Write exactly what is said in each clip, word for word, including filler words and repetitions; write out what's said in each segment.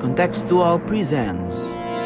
Contextual presents.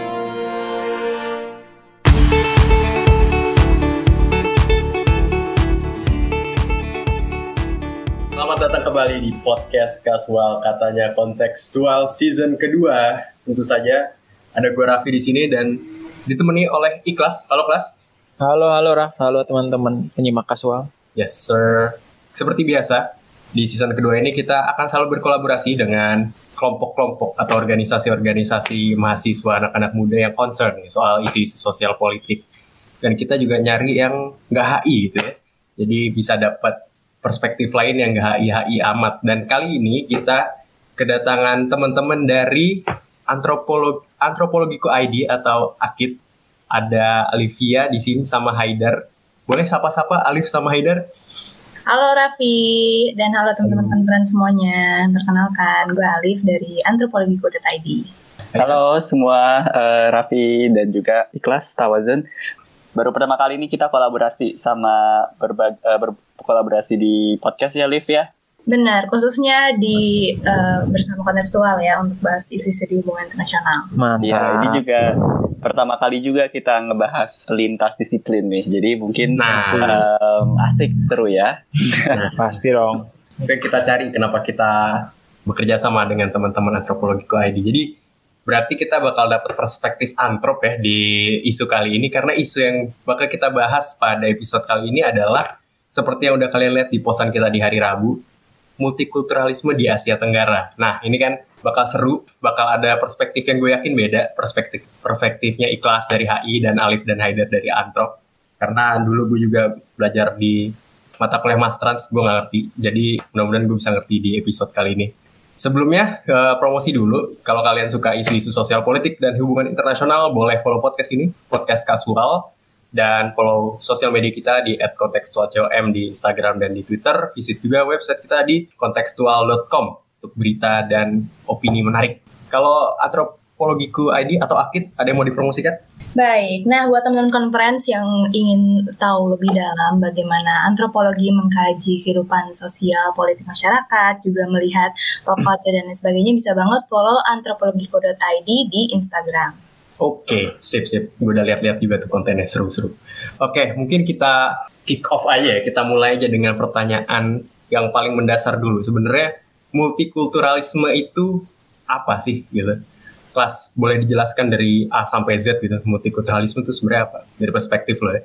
Selamat datang kembali di podcast Kasual, katanya kontekstual season kedua. Tentu saja ada gue Raffi di sini dan ditemani oleh Ikhlas. Halo Kelas. Halo, halo Raf, halo teman-teman penyimak Kasual. Yes sir. Seperti biasa, di season kedua ini kita akan selalu berkolaborasi dengan kelompok-kelompok atau organisasi-organisasi mahasiswa anak-anak muda yang concern nih, soal isu-isu sosial politik. Dan kita juga nyari yang nggak H I gitu ya. Jadi bisa dapat perspektif lain yang nggak H I-H I amat. Dan kali ini kita kedatangan teman-teman dari antropologi antropologiku I D atau Akid. Ada Alifia di sini sama Haidar. Boleh sapa-sapa Alif sama Haidar? Halo Raffi dan halo teman-teman konferan semuanya. Perkenalkan, gue Alif dari antropologiku dot I D. Halo semua, uh, Raffi dan juga Ikhlas Tawazun. Baru pertama kali ini kita kolaborasi sama berbag- uh, berkolaborasi di podcast ya, Alif ya. Benar, khususnya di uh, bersama kontekstual ya untuk bahas isu-isu di hubungan internasional. Mantap. Ya, ini juga pertama kali juga kita ngebahas lintas disiplin nih. Jadi mungkin Nah. um, asik, seru ya. Nah, pasti dong. Mungkin kita cari kenapa kita bekerja sama dengan teman-teman antropologiku I D. Jadi berarti kita bakal dapat perspektif antrop ya di isu kali ini. Karena isu yang bakal kita bahas pada episode kali ini adalah seperti yang udah kalian lihat di posan kita di hari Rabu, multikulturalisme di Asia Tenggara. Nah, ini kan bakal seru, bakal ada perspektif yang gue yakin beda, perspektif perspektifnya Ikhlas dari H I dan Alif dan Haidar dari Antrop. Karena dulu gue juga belajar di mata kuliah Mas Trans, gue nggak ngerti. Jadi mudah-mudahan gue bisa ngerti di episode kali ini. Sebelumnya, uh, promosi dulu. Kalau kalian suka isu-isu sosial politik dan hubungan internasional, boleh follow podcast ini, Podcast Kasual. Dan follow sosial media kita di at contextual com di Instagram dan di Twitter. Visit juga website kita di contextual dot com untuk berita dan opini menarik. Kalau antropologiku I D atau Akid, ada yang mau dipromosikan? Baik, nah buat teman-teman konferens yang ingin tahu lebih dalam bagaimana antropologi mengkaji kehidupan sosial politik masyarakat, juga melihat pop culture dan lain sebagainya, bisa banget follow antropologiku dot I D di Instagram. Oke, sip-sip. Gue udah lihat-lihat juga tuh kontennya, seru-seru. Oke, mungkin kita kick off aja ya. Kita mulai aja dengan pertanyaan yang paling mendasar dulu. Sebenarnya multikulturalisme itu apa sih gitu? Kelas, boleh dijelaskan dari A sampai Z gitu. Multikulturalisme itu sebenarnya apa? Dari perspektif lo ya.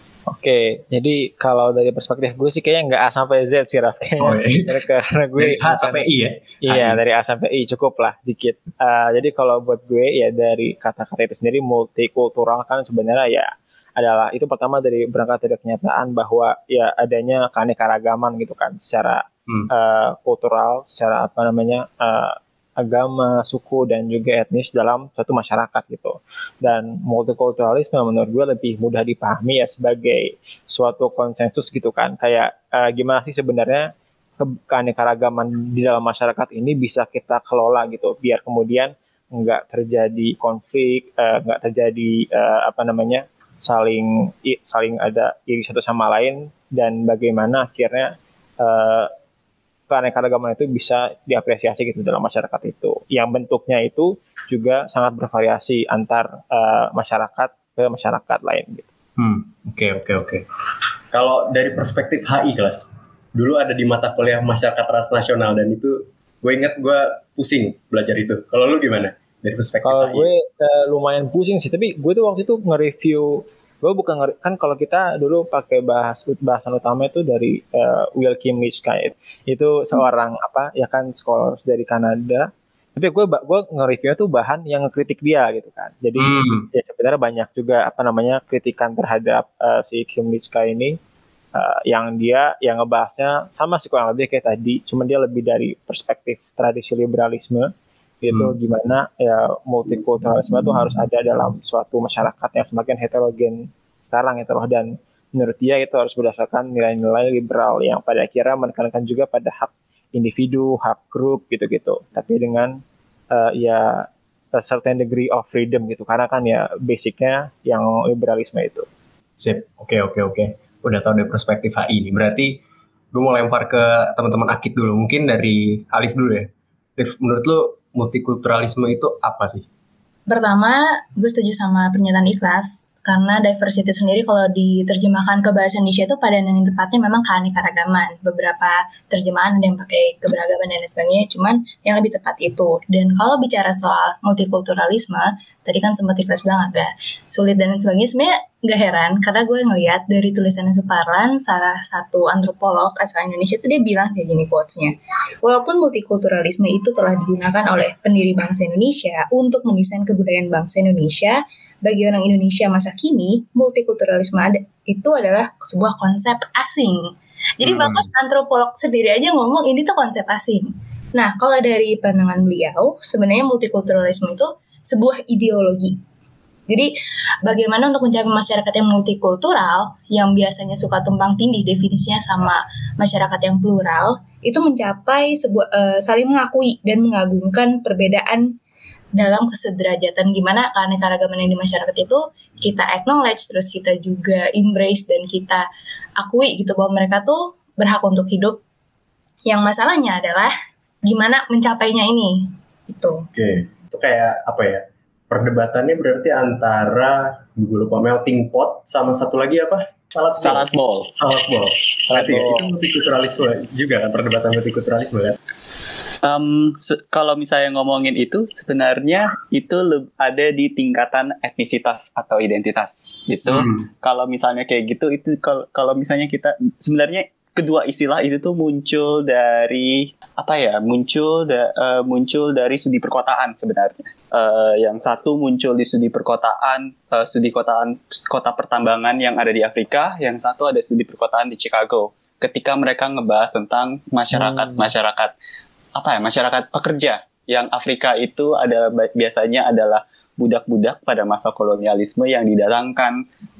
Oke, jadi kalau dari perspektif gue sih kayaknya nggak A sampai Z sih, Raf. Oh, iya. Karena gue dari A sampai I ya? Iya, dari A sampai I cukup lah, dikit. Uh, jadi kalau buat gue ya dari kata-kata itu sendiri, multikultural kan sebenarnya ya adalah, itu pertama dari berangkat dari kenyataan bahwa ya adanya keanekaragaman gitu kan, secara hmm. uh, kultural, secara apa namanya, uh, agama, suku, dan juga etnis dalam suatu masyarakat gitu. Dan multikulturalisme menurut gue lebih mudah dipahami ya sebagai suatu konsensus gitu kan. Kayak uh, gimana sih sebenarnya ke- keanekaragaman di dalam masyarakat ini bisa kita kelola gitu, biar kemudian nggak terjadi konflik, uh, nggak terjadi uh, apa namanya saling saling ada iri satu sama lain, dan bagaimana akhirnya uh, keanekaragaman itu bisa diapresiasi gitu dalam masyarakat itu. Yang bentuknya itu juga sangat bervariasi antar uh, masyarakat ke masyarakat lain gitu. Hmm, oke oke oke. Kalau dari perspektif H I kelas, dulu ada di mata kuliah masyarakat transnasional dan itu gue ingat gue pusing belajar itu. Kalau lu gimana dari perspektif Kalau H I? gue uh, lumayan pusing sih, tapi gue tuh waktu itu nge-review. Gue bukan ngeri, kan kalau kita dulu pakai bahas bahasan utama itu dari uh, Will Kimlich kayak itu seorang hmm. apa ya kan scholars dari Kanada. Tapi gue gue nge-review tuh bahan yang ngekritik dia gitu kan. Jadi hmm. ya sebenarnya banyak juga apa namanya kritikan terhadap uh, si Kimlich kayak ini uh, yang dia yang ngebahasnya sama sih kurang lebih kayak tadi, cuma dia lebih dari perspektif tradisi liberalisme. Itu hmm. gimana ya multikulturalisme itu harus ada dalam suatu masyarakat yang semakin heterogen sekarang itu loh, dan menurut dia itu harus berdasarkan nilai-nilai liberal yang pada akhirnya menekankan juga pada hak individu, hak grup gitu-gitu, tapi dengan uh, ya a certain degree of freedom gitu, karena kan ya basicnya yang liberalisme itu. Sip, oke oke oke. Udah tahu dari perspektif H I ini. Berarti gue mau lempar ke teman-teman Akid dulu. Mungkin dari Alif dulu ya. Alif, menurut lu multikulturalisme itu apa sih? Pertama, gue setuju sama pernyataan Ikhlas. Karena diversity sendiri kalau diterjemahkan ke bahasa Indonesia itu pada yang tepatnya memang keanekaragaman. Beberapa terjemahan ada yang pakai keberagaman dan lain sebagainya, cuman yang lebih tepat itu. Dan kalau bicara soal multikulturalisme, tadi kan sempat Ikhlas bilang agak sulit dan lain sebagainya. Sebenarnya gak heran, karena gue ngelihat dari tulisannya Suparlan, salah satu antropolog asal Indonesia itu dia bilang kayak gini quotes-nya. Walaupun multikulturalisme itu telah digunakan oleh pendiri bangsa Indonesia untuk mendesain kebudayaan bangsa Indonesia, bagi orang Indonesia masa kini, multikulturalisme itu adalah sebuah konsep asing. Jadi hmm. bahkan antropolog sendiri aja ngomong ini tuh konsep asing. Nah, kalau dari pandangan beliau, sebenarnya multikulturalisme itu sebuah ideologi. Jadi, bagaimana untuk mencapai masyarakat yang multikultural, yang biasanya suka tumpang tindih definisinya sama masyarakat yang plural, itu mencapai sebuah uh, saling mengakui dan mengagungkan perbedaan dalam kesederajatan, gimana keanekaragaman yang di masyarakat itu kita acknowledge, terus kita juga embrace dan kita akui gitu bahwa mereka tuh berhak untuk hidup. Yang masalahnya adalah gimana mencapainya ini gitu. Oke, itu kayak apa ya? Perdebatannya berarti antara gue lupa melting pot sama satu lagi apa? Salad Salad ball. Salad ball. Salad ball. Itu multikulturalisme juga kan, perdebatan multikulturalisme kan? Um, se- kalau misalnya ngomongin itu, sebenarnya itu le- ada di tingkatan etnisitas atau identitas gitu. Hmm. Kalau misalnya kayak gitu, itu kal- kalau misalnya kita sebenarnya kedua istilah itu tuh muncul dari apa ya? Muncul da- uh, muncul dari studi perkotaan sebenarnya. Uh, yang satu muncul di studi perkotaan, uh, studi kotaan kota pertambangan yang ada di Afrika. Yang satu ada studi perkotaan di Chicago. Ketika mereka ngebahas tentang masyarakat hmm. masyarakat apa ya masyarakat pekerja yang Afrika itu ada biasanya adalah budak-budak pada masa kolonialisme yang didatangkan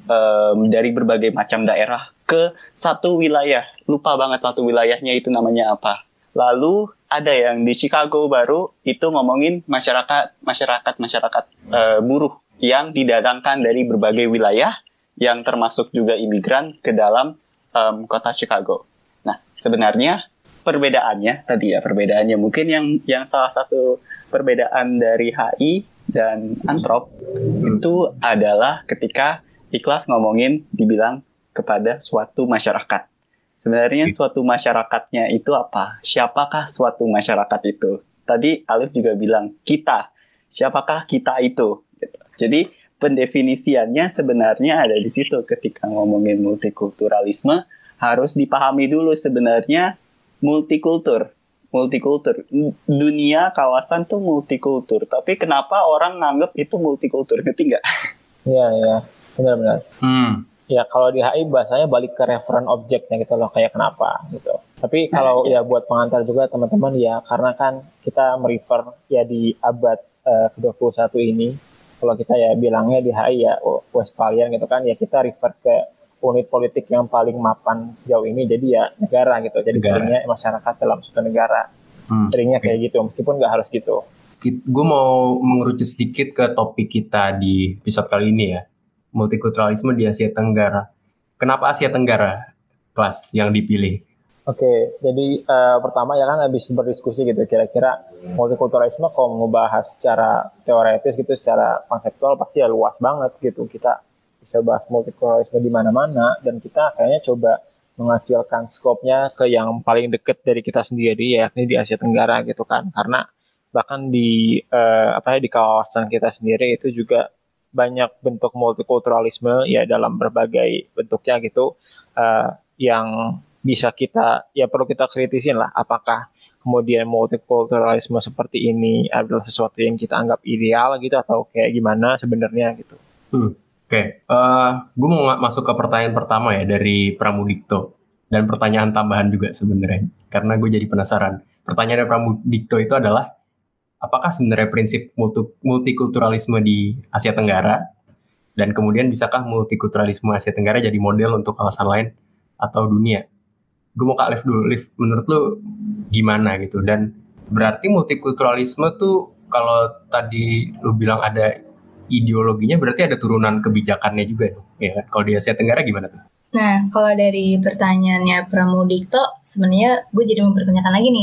um, dari berbagai macam daerah ke satu wilayah. Lupa banget satu wilayahnya itu namanya apa. Lalu ada yang di Chicago baru itu ngomongin masyarakat masyarakat masyarakat uh, buruh yang didatangkan dari berbagai wilayah yang termasuk juga imigran ke dalam um, kota Chicago. Nah, sebenarnya perbedaannya tadi ya perbedaannya mungkin yang yang salah satu perbedaan dari H I dan Antrop hmm. itu adalah ketika Ikhlas ngomongin dibilang kepada suatu masyarakat. Sebenarnya hmm. suatu masyarakatnya itu apa? Siapakah suatu masyarakat itu? Tadi Alif juga bilang kita. Siapakah kita itu? Gitu. Jadi pendefinisiannya sebenarnya ada di situ. Ketika ngomongin multikulturalisme harus dipahami dulu sebenarnya multikultur, multikultur. Dunia kawasan tuh multikultur. Tapi kenapa orang nganggap itu multikultur? Ngerti nggak? Iya, iya. Benar-benar. Hmm. Ya, kalau di H I bahasanya balik ke referen objeknya gitu loh, kayak kenapa gitu. Tapi kalau ya buat pengantar juga teman-teman ya, karena kan kita merefer ya di abad uh, ke dua puluh satu ini, kalau kita ya bilangnya di H I ya Westphalian gitu kan, ya kita refer ke unit politik yang paling mapan sejauh ini, jadi ya negara gitu. Jadi negara. Seringnya masyarakat dalam suatu negara. Hmm. Seringnya kayak gitu, meskipun nggak harus gitu. Gue mau mengerucut sedikit ke topik kita di episode kali ini ya. Multikulturalisme di Asia Tenggara. Kenapa Asia Tenggara, kelas yang dipilih? Oke, jadi uh, pertama ya kan habis berdiskusi gitu, kira-kira multikulturalisme kalau mau bahas secara teoretis gitu, secara konseptual pasti ya luas banget gitu. Kita bisa bahas multikulturalisme di mana-mana, dan kita kayaknya coba mengacilkan skopnya ke yang paling dekat dari kita sendiri, yakni di Asia Tenggara gitu kan. Karena bahkan di uh, apa ya di kawasan kita sendiri itu juga banyak bentuk multikulturalisme ya dalam berbagai bentuknya gitu, uh, yang bisa kita ya perlu kita kritisin lah, apakah kemudian multikulturalisme seperti ini adalah sesuatu yang kita anggap ideal gitu atau kayak gimana sebenarnya gitu. Hmm. Oke, okay. uh, gue mau masuk ke pertanyaan pertama ya dari Pramudikto, dan pertanyaan tambahan juga sebenarnya karena gue jadi penasaran. Pertanyaan dari Pramudikto itu adalah, apakah sebenarnya prinsip multi- multikulturalisme di Asia Tenggara, dan kemudian bisakah multikulturalisme Asia Tenggara jadi model untuk kawasan lain atau dunia? Gue mau ke Alif dulu. Alif, menurut lu gimana gitu? Dan berarti multikulturalisme tuh kalau tadi lu bilang ada ideologinya, berarti ada turunan kebijakannya juga dong, ya kan? Kalau di Asia Tenggara gimana tuh? Nah, kalau dari pertanyaannya Pramudikto, sebenarnya gue jadi mempertanyakan lagi nih,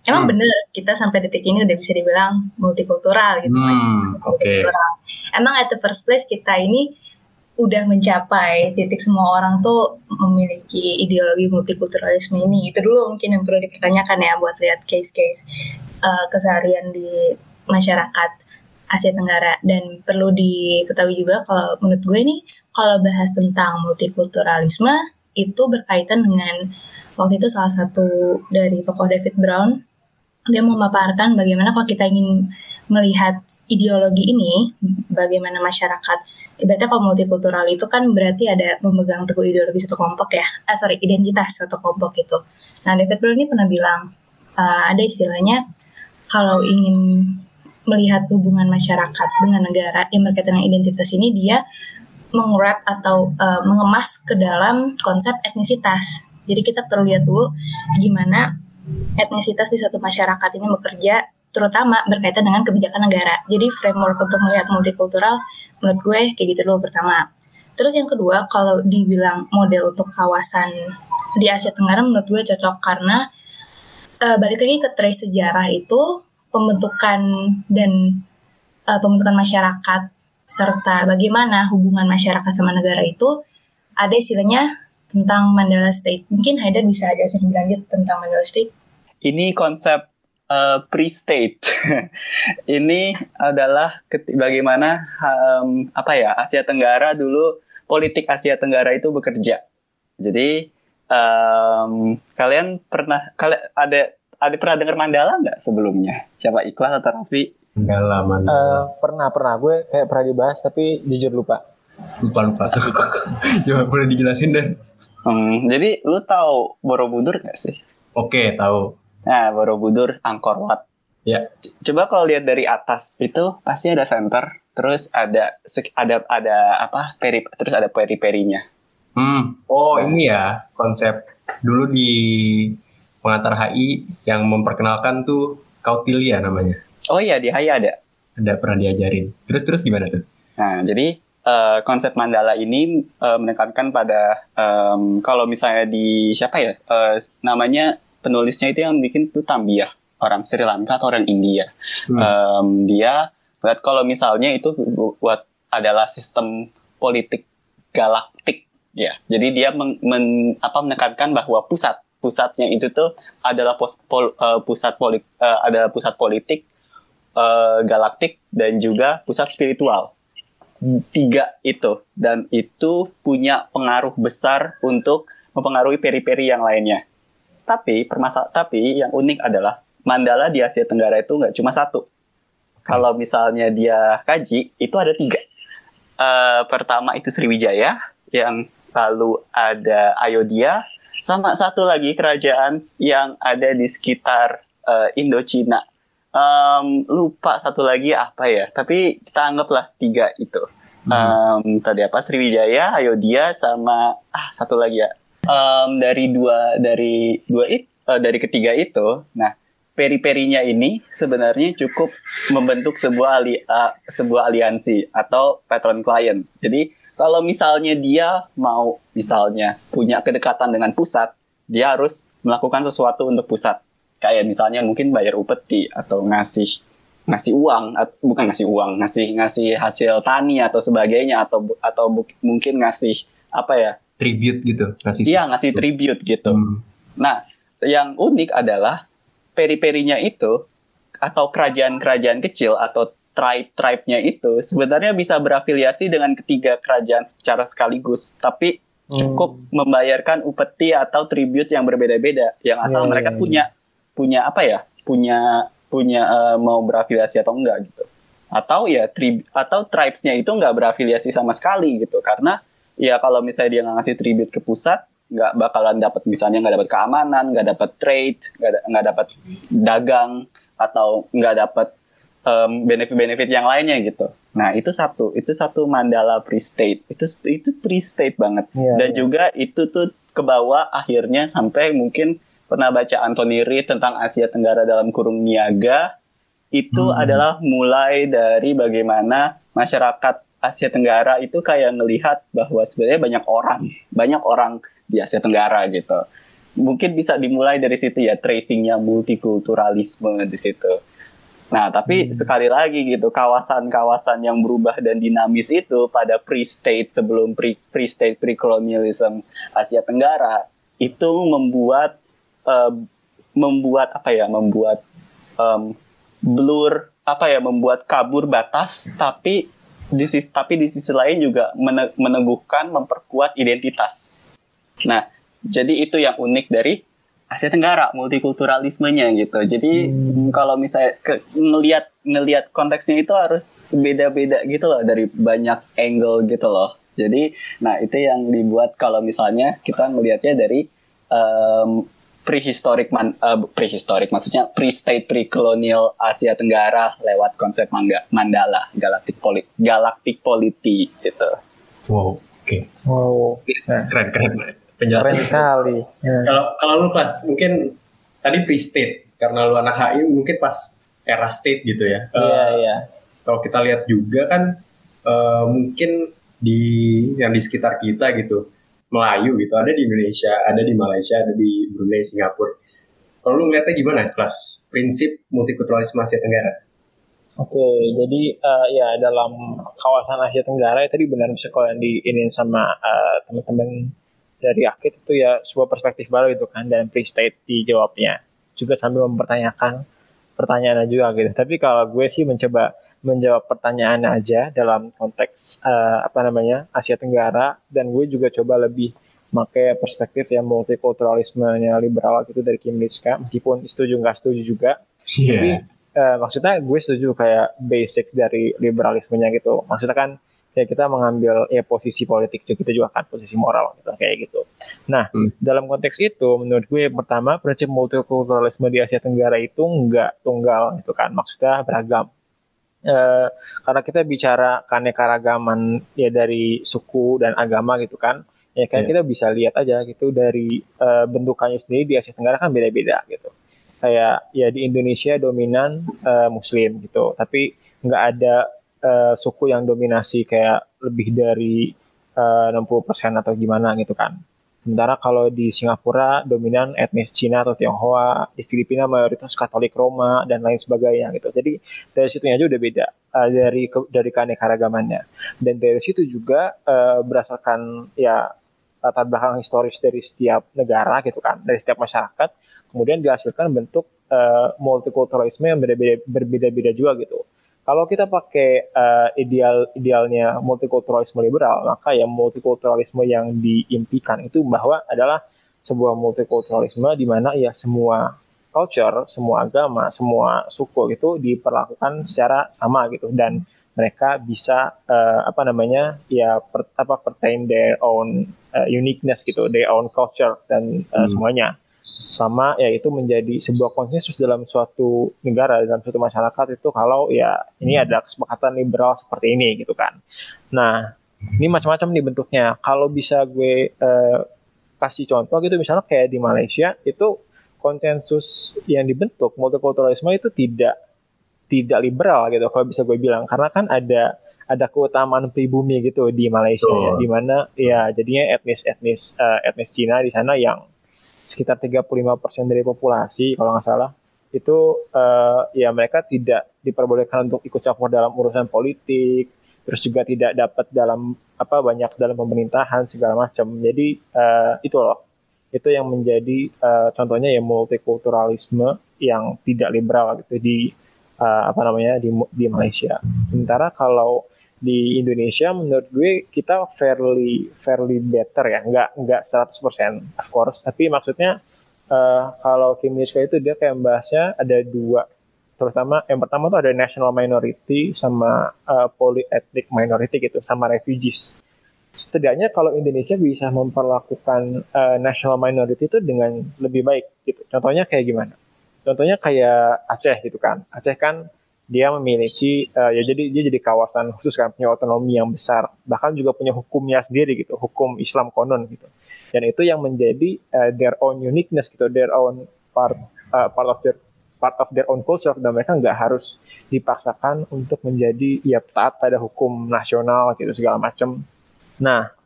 emang Hmm. bener kita sampai detik ini udah bisa dibilang multikultural gitu. Hmm, masyarakat oke. multikultural. Emang at the first place kita ini udah mencapai titik semua orang tuh memiliki ideologi multikulturalisme ini. Itu dulu mungkin yang perlu dipertanyakan ya buat lihat case-case uh, keseharian di masyarakat Asia Tenggara. Dan perlu diketahui juga kalau menurut gue nih, kalau bahas tentang multikulturalisme itu berkaitan dengan waktu itu salah satu dari tokoh David Brown, dia memaparkan bagaimana kalau kita ingin melihat ideologi ini, bagaimana masyarakat, ibaratnya kalau multikultural itu kan berarti ada memegang teguh ideologi satu kelompok ya, ah sorry identitas satu kelompok itu. Nah David Brown ini pernah bilang uh, ada istilahnya kalau ingin melihat hubungan masyarakat dengan negara yang berkaitan dengan identitas ini, dia meng-wrap atau uh, mengemas ke dalam konsep etnisitas. Jadi kita perlu lihat dulu gimana etnisitas di suatu masyarakat ini bekerja, terutama berkaitan dengan kebijakan negara. Jadi framework untuk melihat multikultural menurut gue kayak gitu dulu pertama. Terus yang kedua, kalau dibilang model untuk kawasan di Asia Tenggara menurut gue cocok karena uh, balik lagi ke trace sejarah itu pembentukan dan uh, pembentukan masyarakat serta bagaimana hubungan masyarakat sama negara itu ada istilahnya tentang Mandala State. Mungkin Haidar bisa jelasin lebih lanjut tentang Mandala State. Ini konsep uh, pre-state. Ini adalah keti- bagaimana um, apa ya Asia Tenggara dulu, politik Asia Tenggara itu bekerja. Jadi um, kalian pernah kalian ada ada pernah dengar Mandala nggak sebelumnya? Siapa, Ikhlas atau Raffi? Mandala, Uh, Mandala. pernah pernah gue kayak pernah dibahas tapi jujur lupa. Lupa lupa. Coba boleh dijelasin dan. Hmm, jadi lu tahu Borobudur nggak sih? Oke, tahu. Nah, Borobudur, Angkor Wat. Ya. C- Coba kalau lihat dari atas itu pasti ada center, terus ada sek- ada ada apa? Peri, terus ada peri-perinya. Hmm. Oh, ini ya konsep dulu di pengantar H I yang memperkenalkan tuh Kautilya namanya. Oh iya, di Haya ada. Ada pernah diajarin. Terus terus gimana tuh? Nah, jadi eh, konsep mandala ini eh, menekankan pada em, kalau misalnya di siapa ya? Eh, namanya penulisnya itu yang bikin tuh Tambiah, orang Sri Lanka atau orang India. Hmm. Em, dia lihat kalau misalnya itu bu- buat adalah sistem politik galaktik ya. Jadi dia men, men- apa menekankan bahwa pusat pusatnya itu tuh adalah pos, pol, eh, pusat politik adalah pusat politik eh, galaktik dan juga pusat spiritual. Tiga itu, dan itu punya pengaruh besar untuk mempengaruhi peri-peri yang lainnya. Tapi permasal tapi yang unik adalah mandala di Asia Tenggara itu nggak cuma satu. Kalau misalnya dia kaji, itu ada tiga. Eh, pertama itu Sriwijaya, yang selalu ada Ayodhya, sama satu lagi kerajaan yang ada di sekitar eh, Indochina. Em, lupa satu lagi apa ya, tapi kita anggaplah tiga itu. Em, tadi apa, Sriwijaya, Ayodhya, sama ah satu lagi ya. Em, dari dua dari dua it, eh, dari ketiga itu, nah peri-perinya ini sebenarnya cukup membentuk sebuah ali, uh, sebuah aliansi atau patron client. Jadi kalau misalnya dia mau misalnya punya kedekatan dengan pusat, dia harus melakukan sesuatu untuk pusat. Kayak misalnya mungkin bayar upeti atau ngasih ngasih uang, at, bukan ngasih uang, ngasih ngasih hasil tani atau sebagainya, atau atau bu- mungkin ngasih apa ya? Tribute gitu, ngasih. Iya, ngasih tribute gitu. Hmm. Nah, yang unik adalah peri-perinya itu atau kerajaan-kerajaan kecil atau tribe-tribe-nya itu sebenarnya bisa berafiliasi dengan ketiga kerajaan secara sekaligus, tapi cukup hmm. membayarkan upeti atau tribute yang berbeda-beda, yang asal yeah, mereka yeah, punya punya apa ya, punya punya uh, mau berafiliasi atau enggak gitu, atau ya tri atau tribes-nya itu enggak berafiliasi sama sekali gitu, karena ya kalau misalnya dia nggak ngasih tribute ke pusat, nggak bakalan dapat, misalnya nggak dapat keamanan, nggak dapat trade, nggak nggak dapat dagang, atau nggak dapat um, benefit-benefit yang lainnya gitu. Nah itu satu, itu satu mandala pre-state, itu itu pre-state banget. Yeah, dan yeah. juga itu tuh ke bawah akhirnya sampai mungkin pernah baca Anthony Reid tentang Asia Tenggara dalam kurung niaga, itu hmm. adalah mulai dari bagaimana masyarakat Asia Tenggara itu kayak ngelihat bahwa sebenarnya banyak orang, banyak orang di Asia Tenggara gitu. mungkin bisa dimulai dari situ ya, tracingnya multikulturalisme di situ. Nah, tapi hmm. sekali lagi gitu, kawasan-kawasan yang berubah dan dinamis itu pada pre-state sebelum pre- pre-state pre-colonialism Asia Tenggara itu membuat uh, membuat apa ya, membuat um, blur apa ya, membuat kabur batas, tapi di sisi tapi di sisi lain juga meneguhkan, memperkuat identitas. Nah, jadi itu yang unik dari Asia Tenggara, multikulturalismenya gitu. Jadi hmm. kalau misalnya ke, ngelihat ngelihat konteksnya itu harus beda-beda gitu loh, dari banyak angle gitu loh. Jadi, nah itu yang dibuat kalau misalnya kita ngelihatnya dari um, prehistoric man, uh, prehistoric maksudnya pre-state pre-colonial Asia Tenggara lewat konsep manga, mandala, galactic polit, galactic polity gitu. Wow, oke. Okay. Wow, nah, keren keren. Penjelasan sekali. Kalau ya. Kalau lu kelas mungkin tadi pre-state karena lu anak H I mungkin pas era state gitu ya. Iya uh, iya. Kalau kita lihat juga kan uh, mungkin di yang di sekitar kita gitu, Melayu gitu, ada di Indonesia, ada di Malaysia, ada di Brunei, Singapura. Kalau lu ngeliatnya gimana kelas prinsip multikulturalisme Asia Tenggara? Oke, jadi uh, ya dalam kawasan Asia Tenggara ya, tadi benar bisa kalau yang diinin sama uh, teman-teman dari Akid itu ya sebuah perspektif baru gitu kan, dan pre-state dijawabnya juga sambil mempertanyakan pertanyaannya juga gitu. Tapi kalau gue sih mencoba menjawab pertanyaannya aja dalam konteks uh, apa namanya Asia Tenggara, dan gue juga coba lebih pakai perspektif yang multikulturalismenya liberal gitu dari Kim Nitschke, meskipun setuju nggak setuju juga. Yeah. Tapi uh, maksudnya gue setuju kayak basic dari liberalismenya gitu. Maksudnya kan ya kita mengambil ya posisi politik juga, kita juga kan posisi moral gitu, kayak gitu. Nah, hmm. dalam konteks itu menurut gue pertama prinsip multikulturalisme di Asia Tenggara itu enggak tunggal gitu kan, maksudnya beragam. E, karena kita bicara keanekaragaman ya dari suku dan agama gitu kan, ya kan yeah. kita bisa lihat aja gitu dari e, bentukannya sendiri di Asia Tenggara kan beda-beda gitu. Kayak ya di Indonesia dominan e, Muslim gitu, tapi nggak ada Uh, suku yang dominasi kayak lebih dari uh, enam puluh persen atau gimana gitu kan. Sementara kalau di Singapura dominan etnis Cina atau Tionghoa, di Filipina mayoritas Katolik Roma dan lain sebagainya gitu. Jadi dari situnya aja udah beda uh, dari ke, dari keanekaragamannya. Dan dari situ juga uh, berdasarkan ya latar belakang historis dari setiap negara gitu kan, dari setiap masyarakat, kemudian dihasilkan bentuk uh, multikulturalisme yang berbeda-beda, berbeda-beda juga gitu. Kalau kita pakai uh, ideal idealnya multikulturalisme liberal, maka ya multikulturalisme yang diimpikan itu bahwa adalah sebuah multikulturalisme di mana ya semua culture, semua agama, semua suku itu diperlakukan secara sama gitu, dan mereka bisa uh, apa namanya ya per, apa pertain their own uh, uniqueness gitu, their own culture dan uh, hmm. semuanya. Sama ya itu menjadi sebuah konsensus dalam suatu negara, dalam suatu masyarakat itu kalau ya ini ada kesepakatan liberal seperti ini gitu kan. Nah ini macam-macam nih bentuknya. Kalau bisa gue eh, kasih contoh gitu, misalnya kayak di Malaysia itu konsensus yang dibentuk multikulturalisme itu tidak tidak liberal gitu kalau bisa gue bilang, karena kan ada ada keutamaan pribumi gitu di Malaysia oh. ya, di mana ya jadinya etnis-etnis uh, etnis Cina di sana yang sekitar tiga puluh lima persen dari populasi kalau nggak salah itu uh, ya mereka tidak diperbolehkan untuk ikut campur dalam urusan politik, terus juga tidak dapat dalam apa banyak dalam pemerintahan segala macam. Jadi uh, itu loh, itu yang menjadi uh, contohnya ya multikulturalisme yang tidak liberal gitu di uh, apa namanya di di Malaysia. Sementara kalau di Indonesia menurut gue kita fairly fairly better ya, nggak nggak seratus persen of course, tapi maksudnya uh, kalau Kim Nitschke itu dia kayak membahasnya ada dua, terutama yang pertama tuh ada national minority sama uh, polyethnic minority gitu, sama refugees. Setidaknya kalau Indonesia bisa memperlakukan uh, national minority itu dengan lebih baik gitu. Contohnya kayak gimana? Contohnya kayak Aceh gitu kan. Aceh kan dia memiliki uh, ya jadi dia jadi kawasan khusus kan, punya otonomi yang besar, bahkan juga punya hukumnya sendiri gitu, hukum Islam konon gitu, dan itu yang menjadi uh, their own uniqueness gitu, their own part uh, part of their part of their own culture, dan mereka nggak harus dipaksakan untuk menjadi ya taat pada hukum nasional gitu segala macam. Nah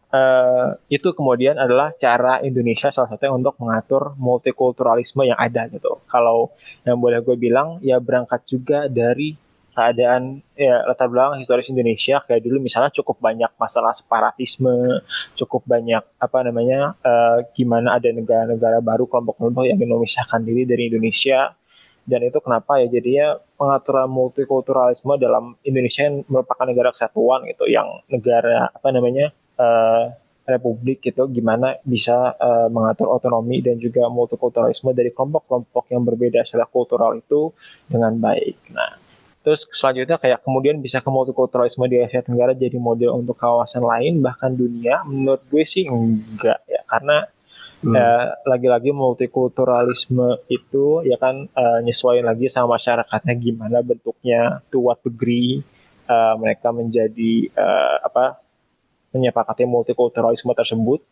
uh, itu kemudian adalah cara Indonesia salah satunya untuk mengatur multikulturalisme yang ada gitu. Kalau yang boleh gue bilang ya berangkat juga dari keadaan ya latar belakang historis Indonesia, kayak dulu misalnya cukup banyak masalah separatisme, cukup banyak apa namanya uh, gimana ada negara-negara baru, kelompok-kelompok yang memisahkan diri dari Indonesia, dan itu kenapa ya jadinya pengaturan multikulturalisme dalam Indonesia yang merupakan negara kesatuan gitu, yang negara apa namanya uh, republik gitu, gimana bisa uh, mengatur otonomi dan juga multikulturalisme dari kelompok-kelompok yang berbeda secara kultural itu dengan baik. Nah, terus selanjutnya kayak kemudian bisa ke multikulturalisme di Asia Tenggara jadi model untuk kawasan lain bahkan dunia. Menurut gue sih enggak ya, karena hmm. eh, lagi-lagi multikulturalisme itu ya kan eh, nyesuaiin lagi sama masyarakatnya gimana bentuknya, to what degree eh, mereka menjadi eh, apa menyepakati multikulturalisme tersebut.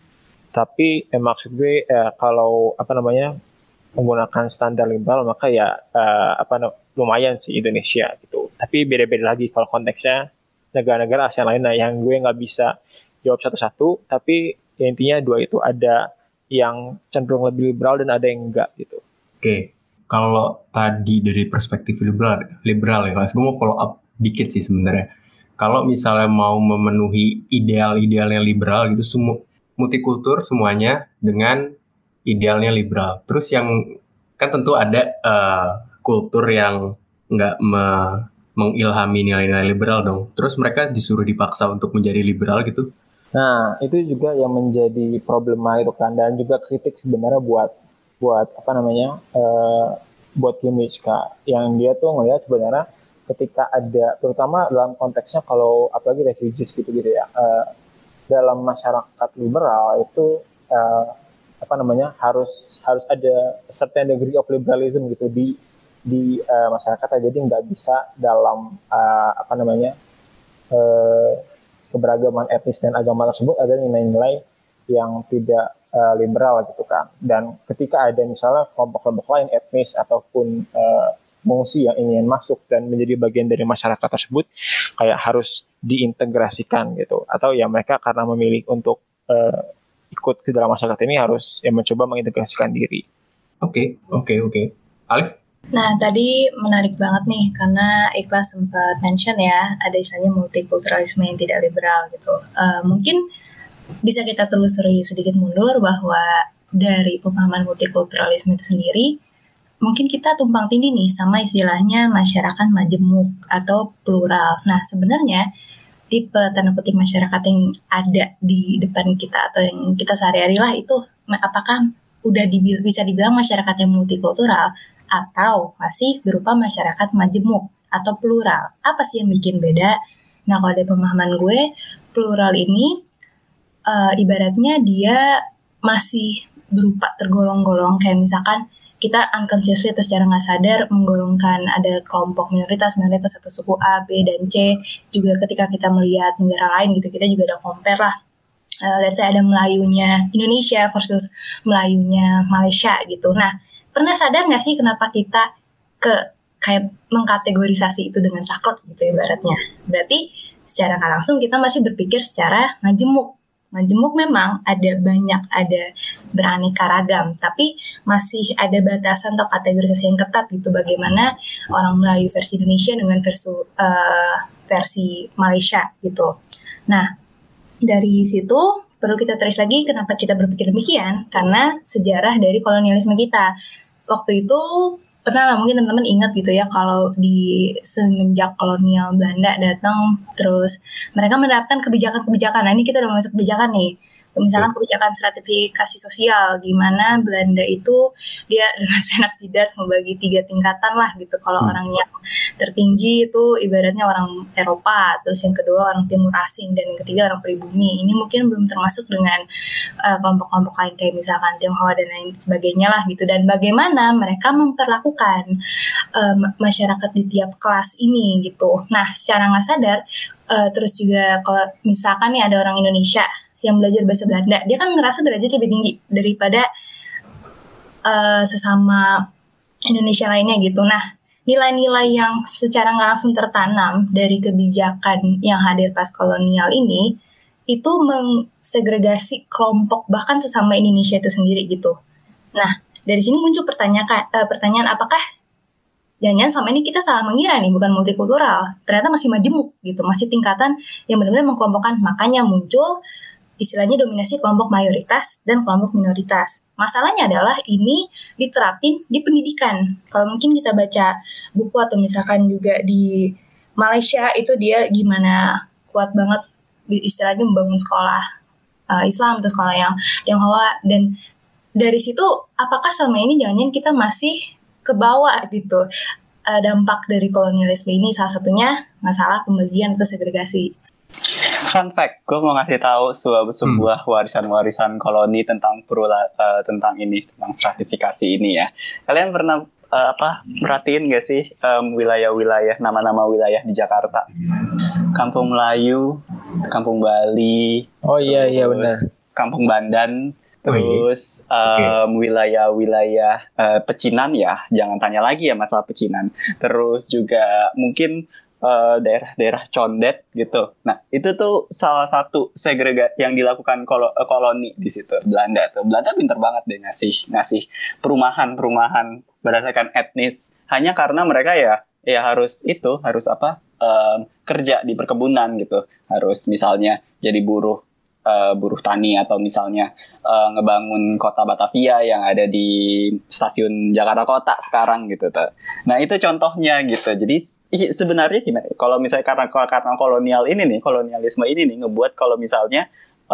Tapi eh, maksud gue eh, kalau apa namanya menggunakan standar liberal maka ya eh, apa namanya lumayan sih Indonesia gitu. Tapi beda-beda lagi kalau konteksnya negara-negara ASEAN lainnya yang gue nggak bisa jawab satu-satu. Tapi ya intinya dua itu ada yang cenderung lebih liberal dan ada yang enggak gitu. Oke, kalau tadi dari perspektif liberal, liberal ya, Mas, gue mau follow up dikit sih sebenarnya. Kalau misalnya mau memenuhi ideal-idealnya liberal gitu, semua multikultur semuanya dengan idealnya liberal. Terus yang kan tentu ada uh, kultur yang nggak me- mengilhami nilai-nilai liberal dong. Terus mereka disuruh dipaksa untuk menjadi liberal gitu. Nah, itu juga yang menjadi problema itu kan, dan juga kritik sebenarnya buat buat apa namanya uh, buat Kimmich-Ka, yang dia tuh ngelihat sebenarnya ketika ada, terutama dalam konteksnya kalau apalagi refugees gitu-gitu ya, uh, dalam masyarakat liberal itu uh, apa namanya harus harus ada certain degree of liberalism gitu di di uh, masyarakat, jadi nggak bisa dalam uh, apa namanya uh, keberagaman etnis dan agama tersebut ada nilai-nilai yang tidak uh, liberal gitu kan. Dan ketika ada misalnya kelompok-kelompok lain etnis ataupun uh, mengungsi yang ingin masuk dan menjadi bagian dari masyarakat tersebut, kayak harus diintegrasikan gitu, atau ya mereka karena memilih untuk uh, ikut ke dalam masyarakat ini harus ya mencoba mengintegrasikan diri. Oke, okay, oke, okay, oke. Okay. Alif? Nah, tadi menarik banget nih, karena Iqbal sempat mention ya, ada istilahnya multikulturalisme yang tidak liberal gitu. Uh, mungkin bisa kita telusuri sedikit mundur bahwa dari pemahaman multikulturalisme itu sendiri, mungkin kita tumpang tindih nih sama istilahnya masyarakat majemuk atau plural. Nah, sebenarnya tipe tanda kutip masyarakat yang ada di depan kita atau yang kita sehari-hari lah itu, apakah udah dibil- bisa dibilang masyarakat yang multikultural atau masih berupa masyarakat majemuk atau plural? Apa sih yang bikin beda? Nah, kalau dari pemahaman gue, plural ini uh, ibaratnya dia masih berupa tergolong-golong, kayak misalkan kita unconsciously atau secara nggak sadar menggolongkan ada kelompok minoritas, minoritas atau suku A, B, dan C. Juga ketika kita melihat negara lain gitu, kita juga ada compare lah. Uh, let's say ada Melayunya Indonesia versus Melayunya Malaysia gitu. Nah, pernah sadar nggak sih kenapa kita ke kayak mengkategorisasi itu dengan saklek gitu ibaratnya? Berarti secara nggak langsung kita masih berpikir secara majemuk. Majemuk memang ada banyak, ada beraneka ragam, tapi masih ada batasan atau kategorisasi yang ketat gitu. Bagaimana orang Melayu versi Indonesia dengan versi uh, versi Malaysia gitu. Nah, dari situ perlu kita trace lagi kenapa kita berpikir demikian, karena sejarah dari kolonialisme kita. Waktu itu pernah lah mungkin teman-teman ingat gitu ya, kalau di semenjak kolonial Belanda datang, terus mereka menerapkan kebijakan-kebijakan. Nah, ini kita udah masuk kebijakan nih. Misalkan kebijakan stratifikasi sosial, gimana Belanda itu dia dengan senak jidat membagi tiga tingkatan lah gitu. Kalau hmm. orang yang tertinggi itu ibaratnya orang Eropa, terus yang kedua orang Timur Asing, dan yang ketiga orang pribumi. Ini mungkin belum termasuk dengan uh, kelompok-kelompok lain kayak misalkan Tionghoa dan lain sebagainya lah gitu. Dan bagaimana mereka memperlakukan um, masyarakat di tiap kelas ini gitu. Nah, secara nggak sadar, uh, terus juga kalau misalkan nih ada orang Indonesia yang belajar bahasa Belanda, dia kan ngerasa derajat lebih tinggi daripada uh, sesama Indonesia lainnya gitu. Nah, nilai-nilai yang secara nggak langsung tertanam dari kebijakan yang hadir pas kolonial ini, itu mengsegregasi kelompok bahkan sesama Indonesia itu sendiri gitu. Nah, dari sini muncul pertanyaan, uh, pertanyaan apakah jangan-jangan selama ini kita salah mengira nih, bukan multikultural, ternyata masih majemuk gitu, masih tingkatan yang benar-benar mengkelompokkan. Makanya muncul istilahnya dominasi kelompok mayoritas dan kelompok minoritas. Masalahnya adalah ini diterapin di pendidikan. Kalau mungkin kita baca buku atau misalkan juga di Malaysia itu dia gimana kuat banget istilahnya membangun sekolah uh, Islam atau sekolah yang Tionghoa, dan dari situ apakah selama ini jangan-jangan kita masih ke bawah gitu uh, dampak dari kolonialisme ini, salah satunya masalah pembagian atau segregasi. Fun fact, gue mau ngasih tahu sebuah, sebuah warisan-warisan koloni tentang perula, uh, tentang ini, tentang stratifikasi ini ya. Kalian pernah uh, apa perhatiin gak sih um, wilayah-wilayah, nama-nama wilayah di Jakarta? Kampung Melayu, Kampung Bali, oh iya iya benar, Kampung Bandan, terus um, wilayah-wilayah uh, pecinan ya, jangan tanya lagi ya masalah pecinan. Terus juga mungkin uh, daerah-daerah condet gitu. Nah itu tuh salah satu segregasi yang dilakukan kol- koloni di situ, Belanda tuh. Belanda pintar banget deh ngasih ngasih perumahan-perumahan berdasarkan etnis, hanya karena mereka ya ya harus itu harus apa? Um, kerja di perkebunan gitu, harus misalnya jadi buruh uh, buruh tani, atau misalnya uh, ngebangun kota Batavia yang ada di stasiun Jakarta Kota sekarang gitu tuh. Nah itu contohnya gitu. Jadi sebenarnya gimana? Kalau misalnya karena karena kolonial ini nih, kolonialisme ini nih ngebuat kalau misalnya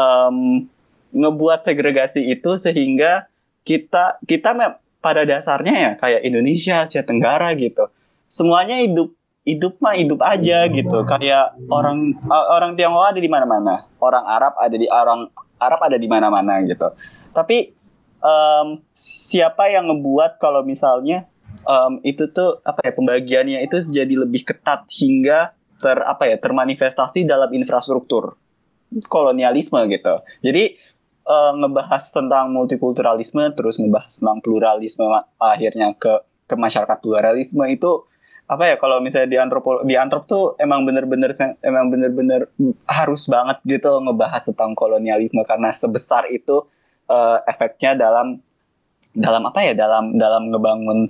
um, ngebuat segregasi itu sehingga kita kita pada dasarnya ya kayak Indonesia, Asia Tenggara gitu, semuanya hidup hidup mah hidup aja gitu, kayak orang orang Tionghoa ada di mana-mana, orang Arab ada di orang Arab ada di mana-mana gitu. Tapi um, siapa yang ngebuat kalau misalnya um, itu tuh apa ya, pembagiannya itu jadi lebih ketat hingga ter apa ya termanifestasi dalam infrastruktur kolonialisme gitu. Jadi uh, ngebahas tentang multikulturalisme, terus ngebahas tentang pluralisme, akhirnya ke ke masyarakat pluralisme itu apa ya, kalau misalnya di antropolo di antrop tuh emang bener-bener emang bener-bener harus banget gitu ngebahas tentang kolonialisme, karena sebesar itu uh, efeknya dalam dalam apa ya dalam dalam ngebangun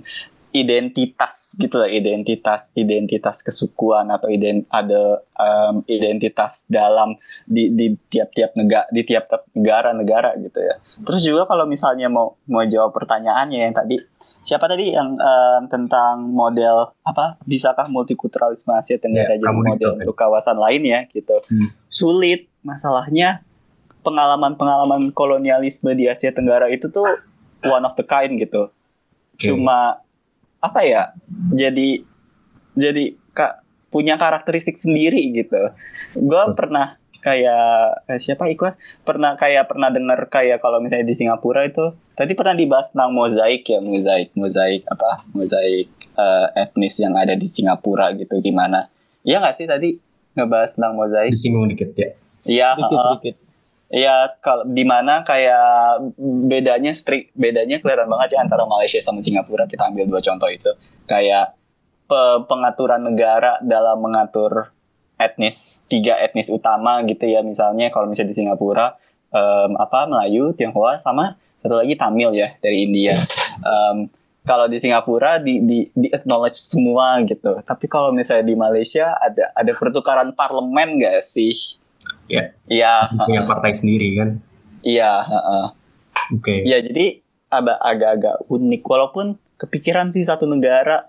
identitas gitu lah, identitas identitas kesukuan atau ident, ada um, identitas dalam di di tiap-tiap negara di tiap-tiap negara-negara gitu ya. Terus juga kalau misalnya mau mau jawab pertanyaannya yang tadi, siapa tadi yang um, tentang model apa, bisakah multikulturalisme Asia Tenggara ya, jadi model untuk kawasan lain ya gitu. Hmm. Sulit, masalahnya pengalaman-pengalaman kolonialisme di Asia Tenggara itu tuh one of the kind gitu. Okay. Cuma apa ya, jadi jadi kak punya karakteristik sendiri gitu. Gue oh. pernah kayak eh, siapa Ikhlas pernah kayak pernah dengar kayak kalau misalnya di Singapura itu tadi pernah dibahas tentang mozaik ya, mozaik mozaik apa mozaik uh, etnis yang ada di Singapura gitu, gimana? Iya nggak sih tadi ngebahas tentang mozaik? Disinggung dikit ya. Iya. Sedikit-sedikit. Iya, kalau di mana kayak bedanya strik bedanya kelihatan banget ya antara Malaysia sama Singapura. Kita ambil dua contoh itu. Kayak pe- pengaturan negara dalam mengatur etnis, tiga etnis utama gitu ya. Misalnya kalau misalnya di Singapura um, apa Melayu, Tionghoa, sama satu lagi Tamil ya dari India. Um, kalau di Singapura di di di acknowledge semua gitu. Tapi kalau misalnya di Malaysia ada ada pertukaran parlemen nggak sih? Ya, iya, punya partai sendiri kan? Iya, uh, oke. Okay. Ya jadi agak agak unik, walaupun kepikiran sih satu negara.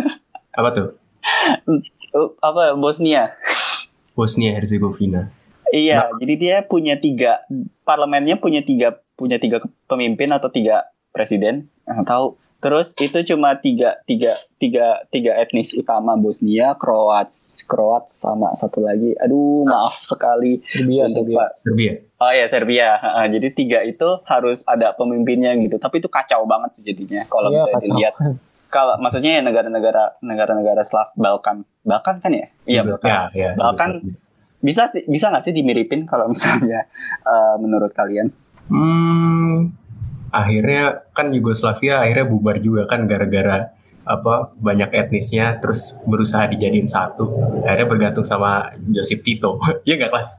Apa tuh? Apa Bosnia? Bosnia Herzegovina. Iya, nah. Jadi dia punya tiga parlemennya punya tiga punya tiga pemimpin atau tiga presiden, nggak tahu. Terus itu cuma tiga tiga tiga tiga etnis utama, Bosnia, Kroats, Kroats sama satu lagi. Aduh, Sa- maaf sekali. Serbia, Serbia. Serbia. Oh ya Serbia. Uh, jadi tiga itu harus ada pemimpinnya gitu. Tapi itu kacau banget sih jadinya kalau ya, misalnya kacau. Dilihat. Kalau maksudnya ya negara-negara negara-negara Slav Balkan, Balkan kan ya? Iya Balkan. Ya, ya, Balkan ya. bisa sih bisa nggak sih dimiripin kalau misalnya uh, menurut kalian? Hmm. Akhirnya kan Yugoslavia akhirnya bubar juga kan gara-gara apa banyak etnisnya terus berusaha dijadiin satu, akhirnya bergantung sama Josip Tito. Iya nggak Kelas?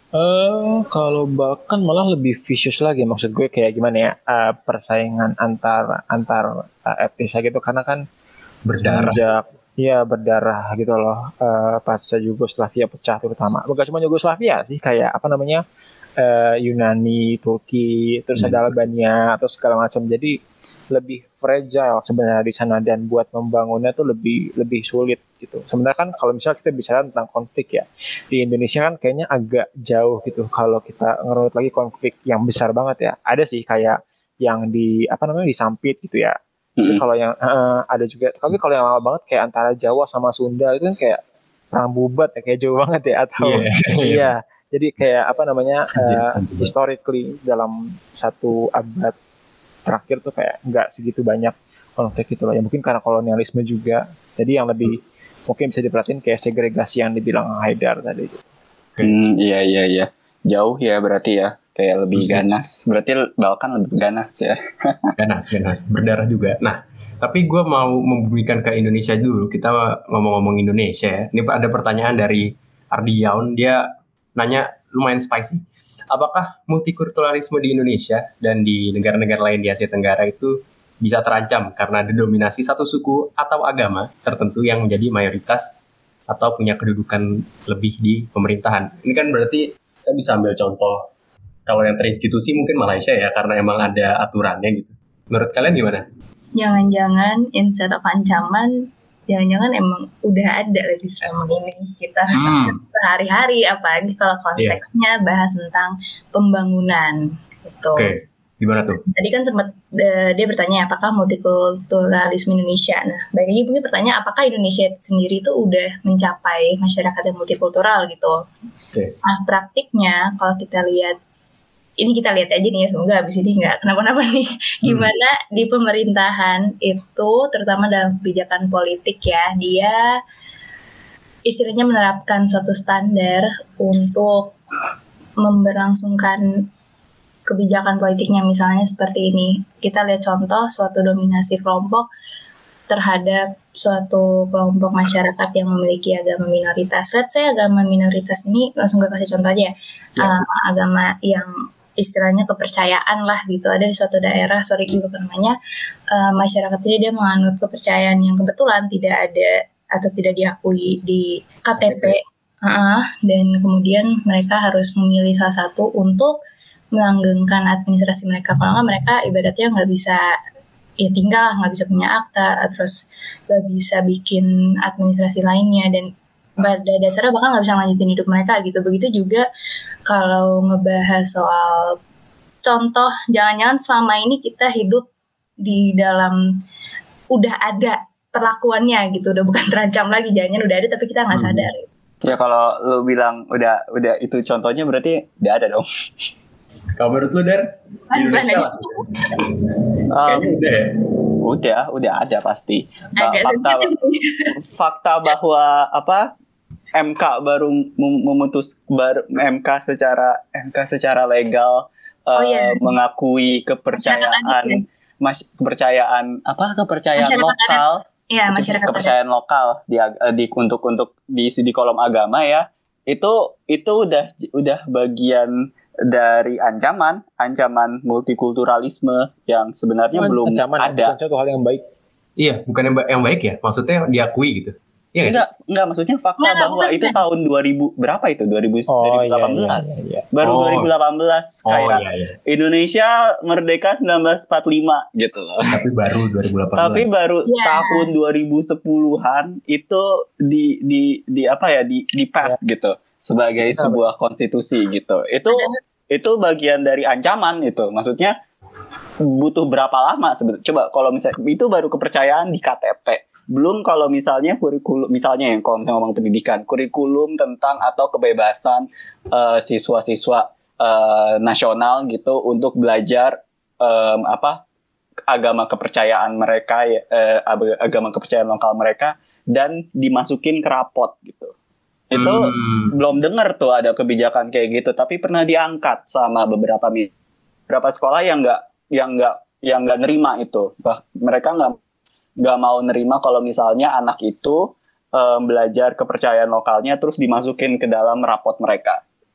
Eh kalau Balkan malah lebih vicious lagi, maksud gue kayak gimana ya, eh, persaingan antar antar eh, etnis gitu, karena kan Berdarah. semenjak ya berdarah gitu loh, eh, pasca Yugoslavia pecah terutama, bukan cuma Yugoslavia sih, kayak apa namanya, eh, Yunani, Turki, terus Hmm. ada Albania atau segala macam. Jadi lebih fragile sebenarnya di sana, dan buat membangunnya tuh lebih lebih sulit gitu. Sebenarnya kan kalau misalnya kita bicara tentang konflik ya, di Indonesia kan kayaknya agak jauh gitu kalau kita ngerunut lagi konflik yang besar banget ya. Ada sih kayak yang di apa namanya di Sampit gitu ya. Tapi Mm-mm. kalau yang eh, ada juga, tapi kalau yang lama banget kayak antara Jawa sama Sunda itu kan kayak perang bubat ya, kayak jauh banget ya, atau Iya. iya. Jadi kayak apa namanya, Anjir, eh, anjir. historically dalam satu abad terakhir tuh kayak nggak segitu banyak konflik gitu loh ya, mungkin karena kolonialisme juga. Jadi yang lebih mungkin bisa diperhatiin kayak segregasi yang dibilang Haidar tadi. Oke. Hmm, iya iya iya. Jauh ya berarti ya. Kayak lebih Persis. ganas. Berarti Balkan lebih ganas ya. Ganas, ganas, berdarah juga. Nah, tapi gue mau membumikan ke Indonesia dulu. Kita ngomong-ngomong Indonesia ya. Ini ada pertanyaan dari Ardiaun. Dia nanya lumayan spicy. Apakah multikulturalisme di Indonesia dan di negara-negara lain di Asia Tenggara itu bisa terancam karena didominasi satu suku atau agama tertentu yang menjadi mayoritas atau punya kedudukan lebih di pemerintahan? Ini kan berarti kita bisa ambil contoh, kalau yang terinstitusi mungkin Malaysia ya, karena emang ada aturannya gitu. Menurut kalian gimana? Jangan-jangan instead of ancaman, jangan-jangan emang udah ada lagi selama ini kita rasakan Hmm. sehari-hari, apalagi kalau konteksnya bahas tentang pembangunan gitu. Oke, gimana tuh? Tadi kan sempat eh, dia bertanya apakah multikulturalisme Indonesia. Nah, baik lagi mungkin pertanyaan apakah Indonesia sendiri itu udah mencapai masyarakat yang multikultural gitu. Oke. Nah, praktiknya kalau kita lihat, ini kita lihat aja nih ya, semoga abis ini nggak kenapa-napa nih. Gimana di pemerintahan itu, terutama dalam kebijakan politik ya, dia istilahnya menerapkan suatu standar untuk memberlangsungkan kebijakan politiknya. Misalnya seperti ini, kita lihat contoh suatu dominasi kelompok terhadap suatu kelompok masyarakat yang memiliki agama minoritas. Let's say agama minoritas ini, langsung gue kasih contoh aja ya, Ya. Uh, agama yang istilahnya kepercayaan lah gitu, ada di suatu daerah, sorry gue lupa namanya, uh, masyarakat ini dia menganut kepercayaan yang kebetulan tidak ada atau tidak diakui di K T P, uh, dan kemudian mereka harus memilih salah satu untuk melanggengkan administrasi mereka. Kalau nggak mereka ibaratnya nggak bisa ya tinggal lah, nggak bisa punya akta, terus nggak bisa bikin administrasi lainnya, dan pada dasarnya bahkan nggak bisa lanjutin hidup mereka gitu. Begitu juga kalau ngebahas soal contoh, jangan-jangan selama ini kita hidup di dalam udah ada perlakuannya gitu, udah bukan terancam lagi, jangan-jangan udah ada tapi kita nggak sadar. Ya kalau lu bilang udah udah itu contohnya berarti udah ada dong. Kalau menurut lu, Dar? Kan Indonesia bukan lah. Um, Kayaknya udah ya. udah udah ada pasti. Ba- agak fakta sensitif. fakta bahwa apa M K baru mem- memutus baru M K secara M K secara legal Oh, uh, iya. mengakui Masyarakat kepercayaan adat, mas kepercayaan apa kepercayaan Masyarakat lokal Iya, masyarakat adat. kepercayaan lokal di, ag- di untuk untuk di di kolom agama ya, itu itu udah udah bagian dari ancaman ancaman multikulturalisme yang sebenarnya belum Ancaman, ada. bukan suatu hal yang baik. Iya, bukan yang, ba- yang baik ya. Maksudnya diakui gitu. Iya nggak sih? Enggak, enggak maksudnya fakta Enggak, enggak, bahwa bukan, itu bukan. tahun dua ribu berapa itu? dua ribu, Oh, dua ribu iya, delapan belas. iya, iya, iya. Baru Oh. dua ribu delapan belas Oh kayak iya iya. Indonesia merdeka seribu sembilan ratus empat puluh lima gitu loh. Tapi baru dua ribu delapan belas. Tapi baru Iya. tahun dua ribu sepuluhan itu di di di apa ya di di pass gitu sebagai Iya, sebuah konstitusi gitu. Itu itu bagian dari ancaman itu. Maksudnya butuh berapa lama sebenarnya? Coba kalau misalnya itu baru kepercayaan di K T P. Belum kalau misalnya kurikulum, misalnya yang kalau misalnya ngomong pendidikan, kurikulum tentang atau kebebasan eh, siswa-siswa eh, nasional gitu untuk belajar em, apa agama kepercayaan mereka, ya, eh, ag- agama kepercayaan lokal mereka, dan dimasukin ke rapot gitu. Itu Hmm. belum dengar tuh ada kebijakan kayak gitu, tapi pernah diangkat sama beberapa mi- beberapa sekolah yang nggak yang nggak yang nggak nerima itu. Bah, mereka nggak nggak mau nerima kalau misalnya anak itu em, belajar kepercayaan lokalnya terus dimasukin ke dalam rapot mereka.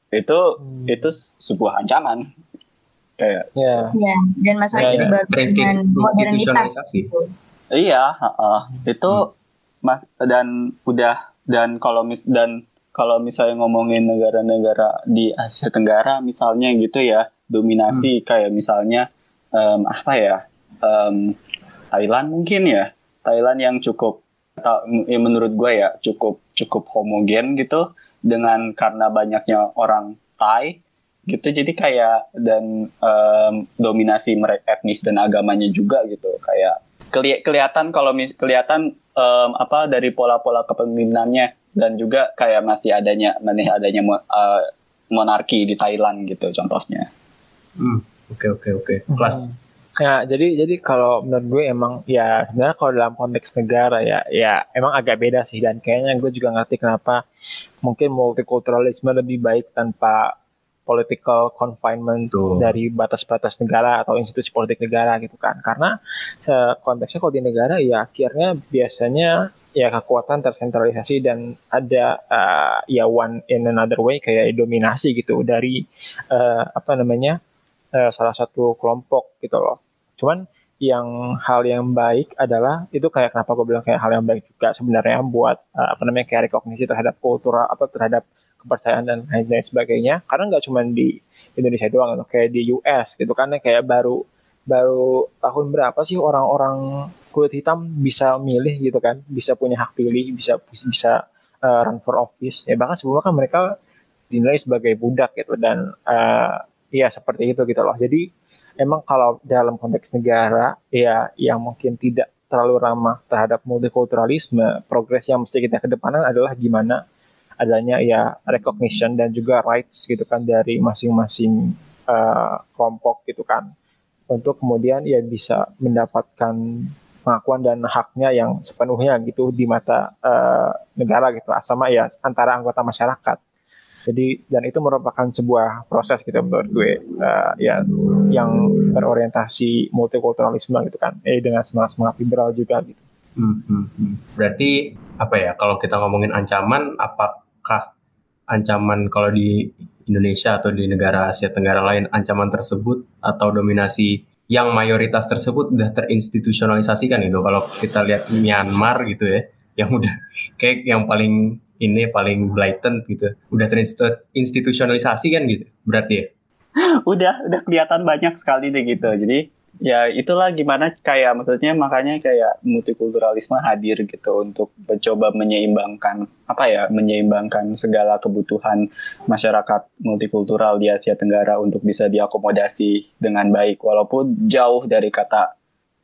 itu Hmm. itu sebuah ancaman kayak Ya. Ya, dan masalah Ya, itu ya. dibalik dengan modernitas. Terinstitusionalisasi. Gitu. iya heeh. itu mas dan udah dan kalau mis dan kalau misalnya ngomongin negara-negara di Asia Tenggara misalnya gitu ya dominasi kayak misalnya em, apa ya em, Thailand mungkin ya Thailand yang cukup ta- ya menurut gue ya cukup cukup homogen gitu dengan karena banyaknya orang Thai gitu jadi kayak dan em, dominasi mereka etnis dan agamanya juga gitu kayak keli- kelihatan kalau mis- kelihatan em, apa dari pola-pola kepemimpinannya dan juga kayak masih adanya masih adanya mo- eh, monarki di Thailand gitu contohnya. Hmm, Oke oke oke. Kelas. Ya, jadi jadi kalau menurut gue emang ya sebenarnya kalau dalam konteks negara ya ya emang agak beda sih dan kayaknya gue juga ngerti kenapa mungkin multikulturalisme lebih baik tanpa political confinement Tuh. dari batas-batas negara atau institusi politik negara gitu kan karena eh, konteksnya kalau di negara ya akhirnya biasanya ya kekuatan tersentralisasi dan ada uh, ya one in another way kayak dominasi gitu dari uh, apa namanya uh, salah satu kelompok gitu loh. Cuman yang hal yang baik adalah itu kayak kenapa gue bilang kayak hal yang baik juga sebenarnya buat uh, apa namanya kayak rekognisi terhadap kultural apa terhadap kepercayaan dan lain sebagainya karena nggak cuma di Indonesia doang gitu. Kayak di U S gitu kan kayak baru baru tahun berapa sih orang-orang kulit hitam bisa milih gitu kan, bisa punya hak pilih, bisa bisa uh, run for office. Ya bahkan sebelumnya kan mereka dinilai sebagai budak gitu dan uh, ya seperti itu gitu loh. Jadi emang kalau dalam konteks negara ya yang mungkin tidak terlalu ramah terhadap multikulturalisme, progres yang mesti kita kedepanan adalah gimana adanya ya recognition dan juga rights gitu kan dari masing-masing uh, kelompok gitu kan. Untuk kemudian ya bisa mendapatkan pengakuan dan haknya yang sepenuhnya gitu di mata uh, negara gitu sama ya antara anggota masyarakat. Jadi dan itu merupakan sebuah proses gitu menurut gue uh, ya yang berorientasi multikulturalisme gitu kan eh dengan semangat-semangat liberal juga gitu. Hmm, hmm, hmm. Berarti apa ya kalau kita ngomongin ancaman apakah ancaman kalau di Indonesia atau di negara Asia Tenggara lain ancaman tersebut atau dominasi yang mayoritas tersebut udah terinstitusionalisasi kan itu kalau kita lihat Myanmar gitu ya yang udah kayak yang paling ini paling blatant gitu udah terinstitusionalisasi kan gitu berarti ya udah udah kelihatan banyak sekali deh gitu jadi ya itulah gimana kayak maksudnya makanya kayak multikulturalisme hadir gitu untuk mencoba menyeimbangkan apa ya menyeimbangkan segala kebutuhan masyarakat multikultural di Asia Tenggara untuk bisa diakomodasi dengan baik walaupun jauh dari kata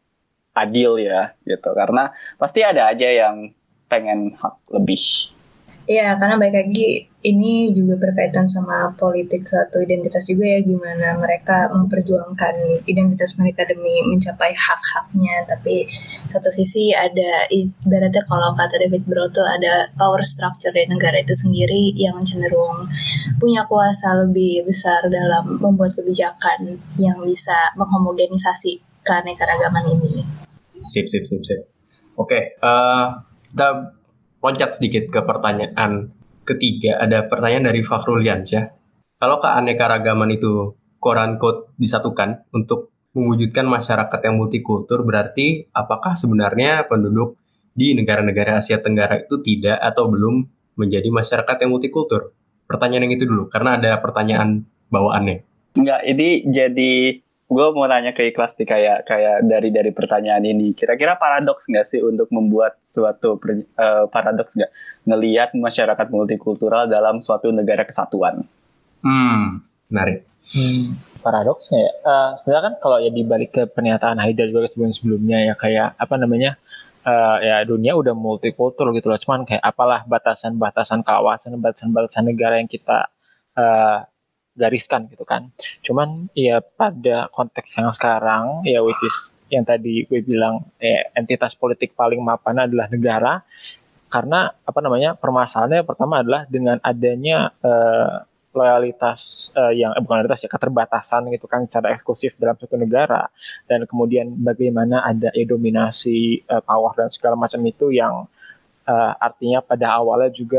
adil ya gitu karena pasti ada aja yang pengen hak lebih. Iya, karena baik lagi ini juga berkaitan sama politik suatu identitas juga ya, gimana mereka memperjuangkan identitas mereka demi mencapai hak-haknya. Tapi satu sisi ada, ibaratnya kalau kata David Broto ada power structure dari negara itu sendiri yang cenderung punya kuasa lebih besar dalam membuat kebijakan yang bisa menghomogenisasi keanekaragaman ini. Sip, sip, sip, sip. Oke, uh, kita loncat sedikit ke pertanyaan ketiga. Ada pertanyaan dari Fakhrulian ya. Kalau keanekaragaman itu quote unquote disatukan untuk mewujudkan masyarakat yang multikultur, berarti apakah sebenarnya penduduk di negara-negara Asia Tenggara itu tidak atau belum menjadi masyarakat yang multikultur? Pertanyaan yang itu dulu, karena ada pertanyaan bawaannya. Enggak, ini jadi gue mau nanya ke Ikhlas nih kayak kayak dari dari pertanyaan ini kira-kira paradoks nggak sih untuk membuat suatu uh, paradoks nggak ngelihat masyarakat multikultural dalam suatu negara kesatuan? Hmm, menarik. Hmm, paradoks nggak ya? Uh, sebenarnya kan kalau ya dibalik ke pernyataan Haidar juga sebelum-sebelumnya ya kayak apa namanya uh, ya dunia udah multikultur gitu loh. Cuman kayak apalah batasan-batasan kawasan, batasan-batasan negara yang kita uh, gariskan gitu kan. Cuman ya pada konteks yang sekarang ya which is yang tadi gue bilang eh, entitas politik paling mapan adalah negara karena apa namanya permasalahannya pertama adalah dengan adanya eh, loyalitas eh, yang eh, bukan loyalitas ya keterbatasan gitu kan secara eksklusif dalam suatu negara dan kemudian bagaimana ada ya, dominasi eh, power dan segala macam itu yang eh, artinya pada awalnya juga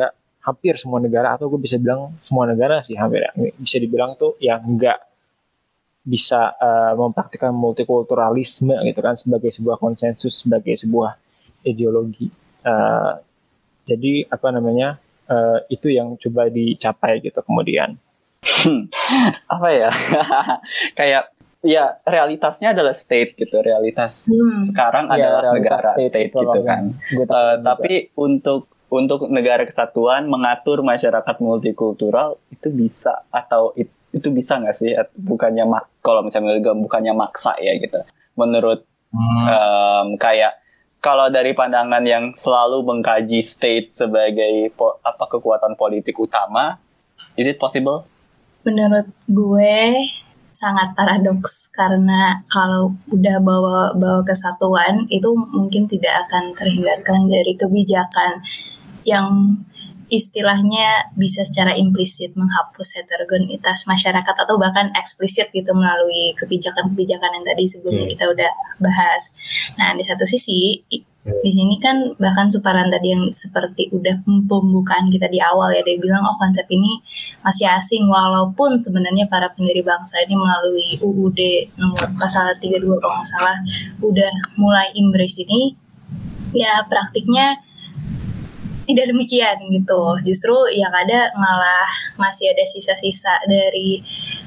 hampir semua negara, atau gue bisa bilang semua negara sih hampir ya, bisa dibilang tuh yang enggak bisa uh, mempraktikkan multikulturalisme gitu kan sebagai sebuah konsensus, sebagai sebuah ideologi. Uh, jadi apa namanya uh, itu yang coba dicapai gitu kemudian. Apa ya? Kayak ya realitasnya adalah state gitu, realitas hmm. sekarang ya, adalah negara state, state gitu kan. Uh, tapi untuk untuk negara kesatuan mengatur masyarakat multikultural itu bisa atau it, itu bisa nggak sih? Bukannya mak kalau misalnya bukannya maksa ya gitu. Menurut hmm. um, kayak kalau dari pandangan yang selalu mengkaji state sebagai po, apa kekuatan politik utama, is it possible? Menurut gue sangat paradoks, karena kalau udah bawa bawa kesatuan itu mungkin tidak akan terhindarkan dari kebijakan yang istilahnya bisa secara implisit menghapus heterogenitas masyarakat atau bahkan eksplisit gitu melalui kebijakan-kebijakan yang tadi sebelumnya hmm. kita udah bahas. Nah, di satu sisi di sini kan bahkan Suparan tadi yang seperti udah pembukaan kita di awal ya, dia bilang oh konsep ini masih asing, walaupun sebenarnya para pendiri bangsa ini melalui U U D nomor pasal tiga puluh dua kalau nggak salah udah mulai embrace ini, ya praktiknya tidak demikian gitu. Justru yang ada malah masih ada sisa-sisa dari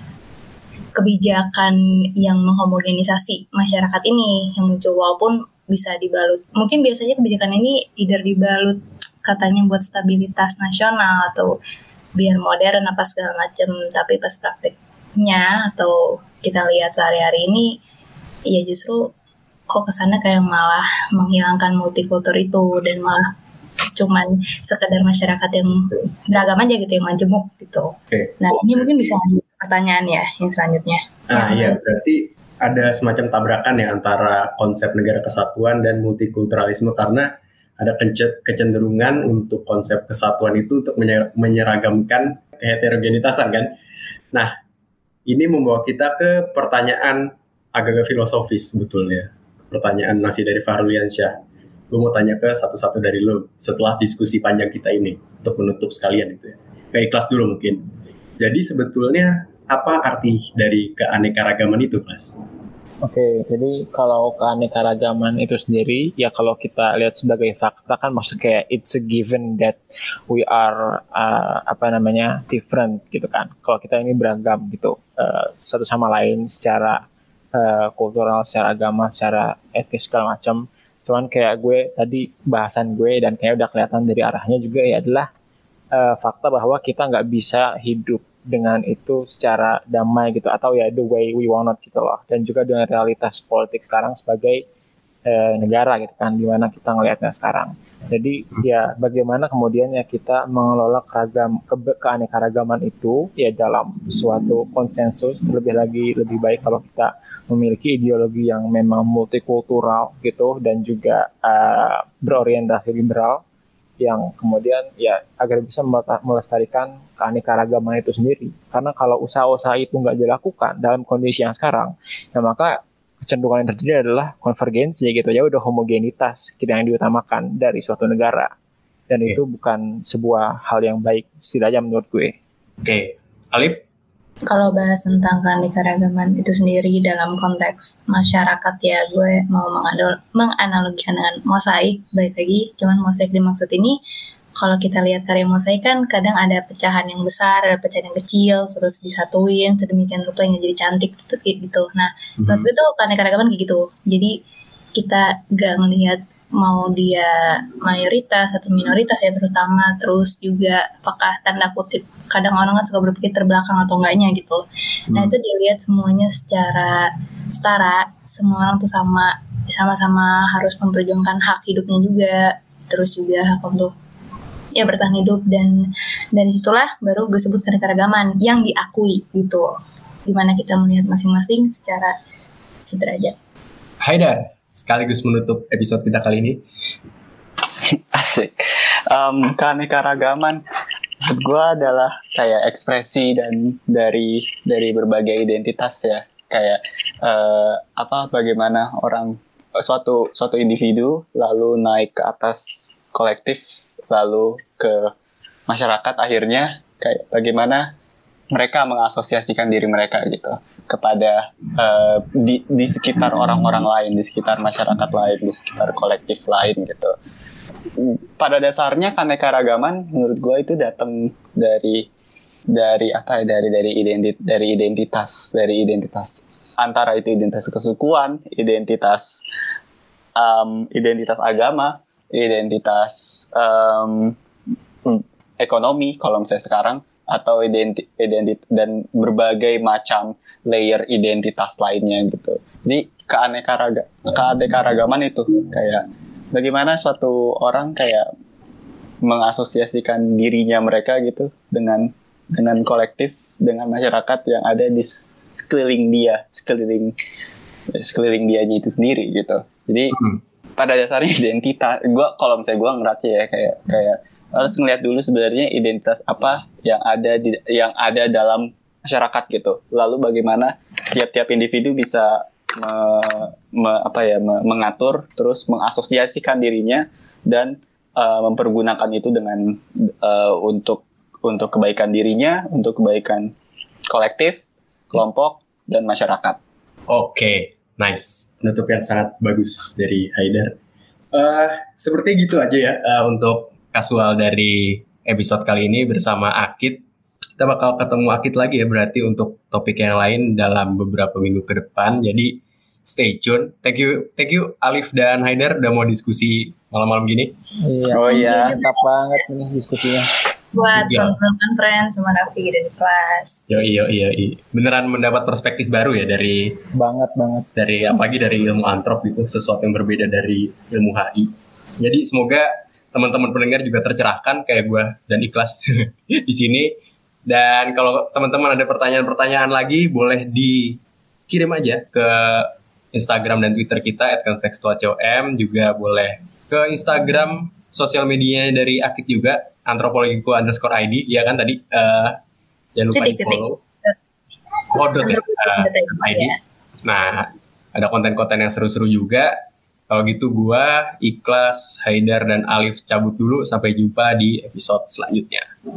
kebijakan yang menghomogenisasi masyarakat ini yang muncul, walaupun bisa dibalut. Mungkin biasanya kebijakan ini either dibalut katanya buat stabilitas nasional atau biar modern apa segala macam, tapi pas praktiknya atau kita lihat sehari-hari ini ya justru kok kesana kayak malah menghilangkan multikultur itu dan malah cuman sekedar masyarakat yang beragam aja gitu yang majemuk gitu. Okay. Nah ini mungkin bisa lanjut pertanyaan ya yang selanjutnya. Ah iya, berarti ada semacam tabrakan ya antara konsep negara kesatuan dan multikulturalisme, karena ada kecenderungan untuk konsep kesatuan itu untuk menyeragamkan keheterogenitasan kan. Nah, ini membawa kita ke pertanyaan agak-agak filosofis sebetulnya. Pertanyaan masih dari Fahruliansyah. Gue mau tanya ke satu-satu dari lo setelah diskusi panjang kita ini untuk menutup sekalian itu ya. Kayak kelas dulu mungkin. Jadi sebetulnya apa arti dari keanekaragaman itu, Mas? Oke, jadi kalau keanekaragaman itu sendiri, ya kalau kita lihat sebagai fakta kan maksudnya kayak it's a given that we are uh, apa namanya different gitu kan. Kalau kita ini beragam gitu, uh, satu sama lain secara uh, kultural, secara agama, secara etis segala macam. Cuman kayak gue tadi bahasan gue dan kayak udah kelihatan dari arahnya juga ya adalah uh, fakta bahwa kita nggak bisa hidup dengan itu secara damai gitu, atau ya the way we want it gitu loh, dan juga dengan realitas politik sekarang sebagai eh, negara gitu kan, dimana kita ngelihatnya sekarang. Jadi ya bagaimana kemudian ya kita mengelola keragam ke- keanekaragaman itu ya dalam suatu konsensus, terlebih lagi lebih baik kalau kita memiliki ideologi yang memang multikultural gitu dan juga uh, berorientasi liberal, yang kemudian ya agar bisa melestarikan keanekaragaman itu sendiri. Karena kalau usaha-usaha itu nggak dilakukan dalam kondisi yang sekarang, ya maka kecenderungan yang terjadi adalah konvergensi gitu, ya udah homogenitas kita yang diutamakan dari suatu negara, dan okay. itu bukan sebuah hal yang baik setidaknya menurut gue. Oke, okay. Alif? Kalau bahas tentang keanekaragaman itu sendiri dalam konteks masyarakat ya, gue mau mengadol, menganalogikan dengan mosaik, baik lagi, cuman mosaik dimaksud ini, kalau kita lihat karya mosaik kan kadang ada pecahan yang besar, ada pecahan yang kecil, terus disatuin, sedemikian rupa yang jadi cantik gitu. gitu. Nah, mm-hmm. menurut gue tuh keanekaragaman kayak gitu. Jadi kita gak ngelihat mau dia mayoritas atau minoritas ya terutama, terus juga apakah tanda kutip kadang orang kan suka berpikir terbelakang atau enggaknya gitu. Hmm. Nah itu dilihat semuanya secara setara, semua orang tuh sama sama-sama harus memperjuangkan hak hidupnya juga, terus juga hak untuk ya bertahan hidup, dan dari situlah baru gue sebut keanekaragaman yang diakui gitu, dimana kita melihat masing-masing secara sederajat. Haidar, sekaligus menutup episode kita kali ini. Asik. Um, keanekaragaman menurut gue adalah kayak ekspresi dan dari dari berbagai identitas ya. Kayak uh, apa bagaimana orang suatu suatu individu lalu naik ke atas kolektif, lalu ke masyarakat akhirnya kayak bagaimana mereka mengasosiasikan diri mereka gitu kepada uh, di di sekitar orang-orang lain, di sekitar masyarakat lain, di sekitar kolektif lain gitu. Pada dasarnya keanekaragaman menurut gue itu datang dari dari apa ya dari dari identitas dari identitas dari identitas antara itu identitas kesukuan, identitas um, identitas agama, identitas um, ekonomi kalau misalnya sekarang, atau identi, identi, dan berbagai macam layer identitas lainnya gitu. Jadi keanekaraga, keanekaragaman itu kayak bagaimana suatu orang kayak mengasosiasikan dirinya mereka gitu dengan dengan kolektif, dengan masyarakat yang ada di sekeliling dia, sekeliling sekeliling dianya itu sendiri gitu. Jadi hmm. pada dasarnya identitas, gue kalau misalnya gue ngerasa ya kayak kayak harus ngeliat dulu sebenarnya identitas apa yang ada di yang ada dalam masyarakat gitu. Lalu bagaimana tiap-tiap individu bisa me, me, apa ya me, mengatur terus mengasosiasikan dirinya dan uh, mempergunakan itu dengan uh, untuk untuk kebaikan dirinya, untuk kebaikan kolektif, kelompok dan masyarakat. Oke, nice. Penutup yang sangat bagus dari Haidar. Uh, seperti gitu aja ya uh, untuk kasual dari episode kali ini bersama Akid. Kita bakal ketemu Akid lagi ya berarti untuk topik yang lain dalam beberapa minggu ke depan. Jadi stay tune. Thank you, thank you Alif dan Haidar udah mau diskusi malam-malam gini. Iya. Oh iya, mantap banget nih diskusinya. Buat teman-teman friends sama Raffi dari kelas. Yo iyo iyo iyo. Beneran mendapat perspektif baru ya dari banget banget dari apalagi dari ilmu antrop gitu, sesuatu yang berbeda dari ilmu H I. Jadi semoga teman-teman pendengar juga tercerahkan kayak gue dan Ikhlas di sini. Dan kalau teman-teman ada pertanyaan-pertanyaan lagi, boleh dikirim aja ke Instagram dan Twitter kita at kontekstual com. Juga boleh ke Instagram sosial medianya dari Akid juga, antropologiku underscore I D. Ya kan tadi uh, jangan lupa di follow. Oh, dot ya, uh, I D. Nah, ada konten-konten yang seru-seru juga. Kalau gitu gua, Ikhlas, Haidar, dan Alif cabut dulu. Sampai jumpa di episode selanjutnya.